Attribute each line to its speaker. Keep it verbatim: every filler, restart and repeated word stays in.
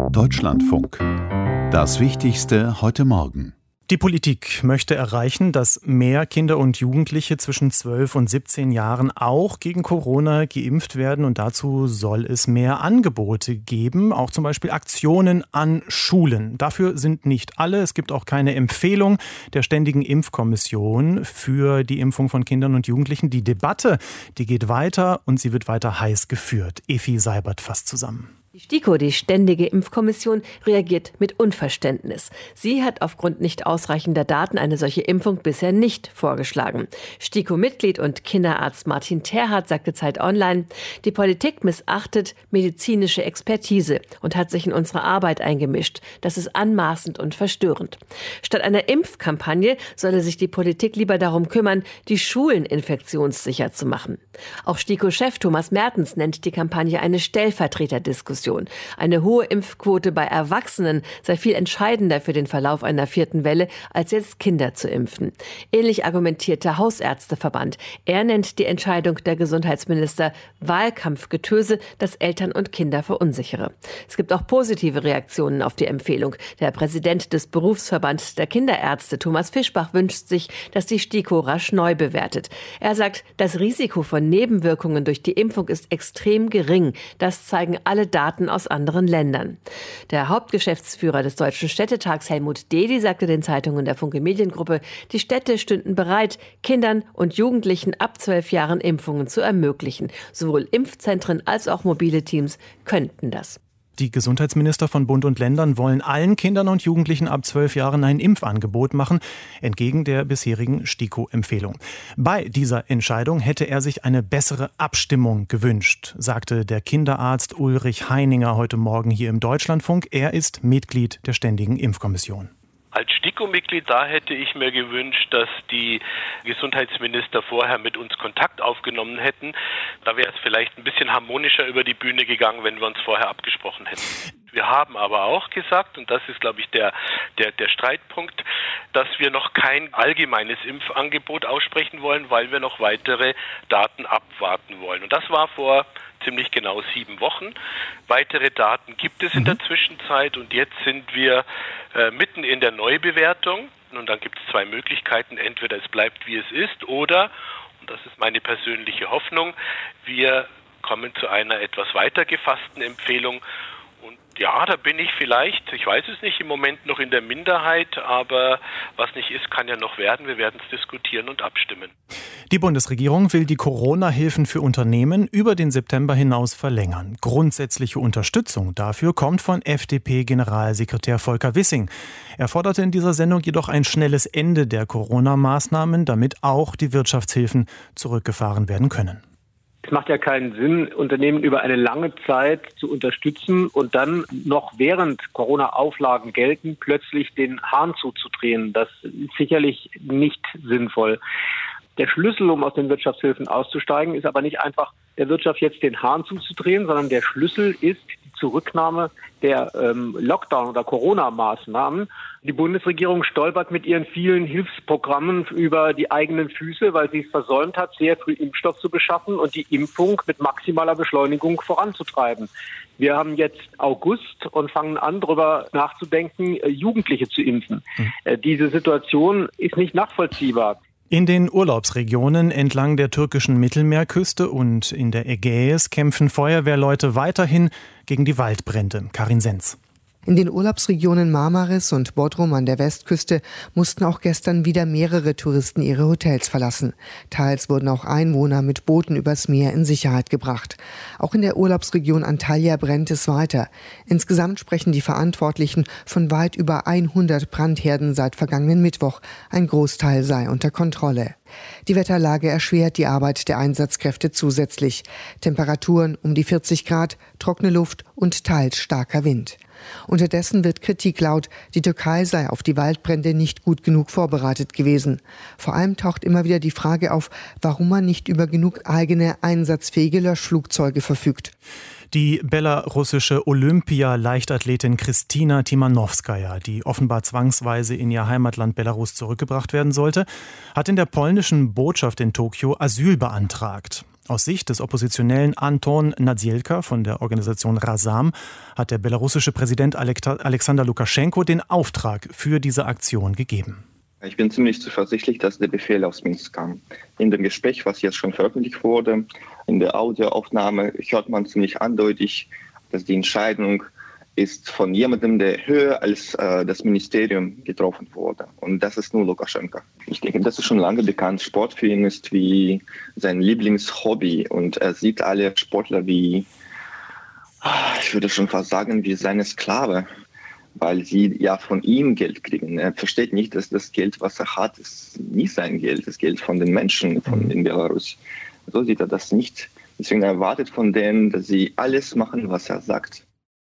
Speaker 1: Deutschlandfunk. Das Wichtigste heute Morgen.
Speaker 2: Die Politik möchte erreichen, dass mehr Kinder und Jugendliche zwischen zwölf und siebzehn Jahren auch gegen Corona geimpft werden. Und dazu soll es mehr Angebote geben, auch zum Beispiel Aktionen an Schulen. Dafür sind nicht alle. Es gibt auch keine Empfehlung der Ständigen Impfkommission für die Impfung von Kindern und Jugendlichen. Die Debatte, die geht weiter und sie wird weiter heiß geführt. Evi Seibert fasst zusammen.
Speaker 3: Die STIKO, die Ständige Impfkommission, reagiert mit Unverständnis. Sie hat aufgrund nicht ausreichender Daten eine solche Impfung bisher nicht vorgeschlagen. STIKO-Mitglied und Kinderarzt Martin Terhardt sagte Zeit Online, die Politik missachtet medizinische Expertise und hat sich in unsere Arbeit eingemischt. Das ist anmaßend und verstörend. Statt einer Impfkampagne solle sich die Politik lieber darum kümmern, die Schulen infektionssicher zu machen. Auch STIKO-Chef Thomas Mertens nennt die Kampagne eine Stellvertreterdiskussion. Eine hohe Impfquote bei Erwachsenen sei viel entscheidender für den Verlauf einer vierten Welle, als jetzt Kinder zu impfen. Ähnlich argumentiert der Hausärzteverband. Er nennt die Entscheidung der Gesundheitsminister Wahlkampfgetöse, das Eltern und Kinder verunsichere. Es gibt auch positive Reaktionen auf die Empfehlung. Der Präsident des Berufsverbands der Kinderärzte, Thomas Fischbach, wünscht sich, dass die STIKO rasch neu bewertet. Er sagt, das Risiko von Nebenwirkungen durch die Impfung ist extrem gering. Das zeigen alle Daten aus anderen Ländern. Der Hauptgeschäftsführer des Deutschen Städtetags, Helmut Dedi, sagte den Zeitungen der Funke Mediengruppe, die Städte stünden bereit, Kindern und Jugendlichen ab zwölf Jahren Impfungen zu ermöglichen. Sowohl Impfzentren als auch mobile Teams könnten das.
Speaker 2: Die Gesundheitsminister von Bund und Ländern wollen allen Kindern und Jugendlichen ab zwölf Jahren ein Impfangebot machen, entgegen der bisherigen STIKO-Empfehlung. Bei dieser Entscheidung hätte er sich eine bessere Abstimmung gewünscht, sagte der Kinderarzt Ulrich Heininger heute Morgen hier im Deutschlandfunk. Er ist Mitglied der Ständigen Impfkommission.
Speaker 4: Als STIKO-Mitglied, da hätte ich mir gewünscht, dass die Gesundheitsminister vorher mit uns Kontakt aufgenommen hätten. Da wäre es vielleicht ein bisschen harmonischer über die Bühne gegangen, wenn wir uns vorher abgesprochen hätten. Wir haben aber auch gesagt, und das ist, glaube ich, der, der, der Streitpunkt, dass wir noch kein allgemeines Impfangebot aussprechen wollen, weil wir noch weitere Daten abwarten wollen. Und das war vor ziemlich genau sieben Wochen. Weitere Daten gibt es in der Zwischenzeit und jetzt sind wir äh, mitten in der Neubewertung. Und dann gibt es zwei Möglichkeiten. Entweder es bleibt, wie es ist, oder, und das ist meine persönliche Hoffnung, wir kommen zu einer etwas weiter gefassten Empfehlung. Und ja, da bin ich vielleicht, ich weiß es nicht, im Moment noch in der Minderheit, aber was nicht ist, kann ja noch werden. Wir werden es diskutieren und abstimmen.
Speaker 2: Die Bundesregierung will die Corona-Hilfen für Unternehmen über den September hinaus verlängern. Grundsätzliche Unterstützung dafür kommt von F D P-Generalsekretär Volker Wissing. Er forderte in dieser Sendung jedoch ein schnelles Ende der Corona-Maßnahmen, damit auch die Wirtschaftshilfen zurückgefahren werden können.
Speaker 5: Es macht ja keinen Sinn, Unternehmen über eine lange Zeit zu unterstützen und dann noch während Corona-Auflagen gelten, plötzlich den Hahn zuzudrehen. Das ist sicherlich nicht sinnvoll. Der Schlüssel, um aus den Wirtschaftshilfen auszusteigen, ist aber nicht einfach, der Wirtschaft jetzt den Hahn zuzudrehen, sondern der Schlüssel ist die Zurücknahme der ähm, Lockdown- oder Corona-Maßnahmen. Die Bundesregierung stolpert mit ihren vielen Hilfsprogrammen über die eigenen Füße, weil sie es versäumt hat, sehr früh Impfstoff zu beschaffen und die Impfung mit maximaler Beschleunigung voranzutreiben. Wir haben jetzt August und fangen an, darüber nachzudenken, Jugendliche zu impfen. Mhm. Äh, diese Situation ist nicht nachvollziehbar.
Speaker 2: In den Urlaubsregionen entlang der türkischen Mittelmeerküste und in der Ägäis kämpfen Feuerwehrleute weiterhin gegen die Waldbrände. Karin Senz.
Speaker 6: In den Urlaubsregionen Marmaris und Bodrum an der Westküste mussten auch gestern wieder mehrere Touristen ihre Hotels verlassen. Teils wurden auch Einwohner mit Booten übers Meer in Sicherheit gebracht. Auch in der Urlaubsregion Antalya brennt es weiter. Insgesamt sprechen die Verantwortlichen von weit über hundert Brandherden seit vergangenen Mittwoch. Ein Großteil sei unter Kontrolle. Die Wetterlage erschwert die Arbeit der Einsatzkräfte zusätzlich. Temperaturen um die vierzig Grad, trockene Luft und teils starker Wind. Unterdessen wird Kritik laut, die Türkei sei auf die Waldbrände nicht gut genug vorbereitet gewesen. Vor allem taucht immer wieder die Frage auf, warum man nicht über genug eigene einsatzfähige Löschflugzeuge verfügt.
Speaker 2: Die belarussische Olympia-Leichtathletin Kristina Timanowskaja, die offenbar zwangsweise in ihr Heimatland Belarus zurückgebracht werden sollte, hat in der polnischen Botschaft in Tokio Asyl beantragt. Aus Sicht des Oppositionellen Anton Nadzielka von der Organisation Razam hat der belarussische Präsident Alexander Lukaschenko den Auftrag für diese Aktion gegeben.
Speaker 7: Ich bin ziemlich zuversichtlich, dass der Befehl aus Minsk kam. In dem Gespräch, was jetzt schon veröffentlicht wurde, in der Audioaufnahme hört man ziemlich eindeutig, dass die Entscheidung ist von jemandem, der höher als äh, das Ministerium getroffen wurde. Und das ist nur Lukaschenka. Ich denke, das ist schon lange bekannt. Sport für ihn ist wie sein Lieblingshobby. Und er sieht alle Sportler wie, ich würde schon fast sagen, wie seine Sklave, weil sie ja von ihm Geld kriegen. Er versteht nicht, dass das Geld, was er hat, ist nicht sein Geld, das Geld von den Menschen von in Belarus. So sieht er das nicht. Deswegen erwartet von denen, dass sie alles machen, was er sagt.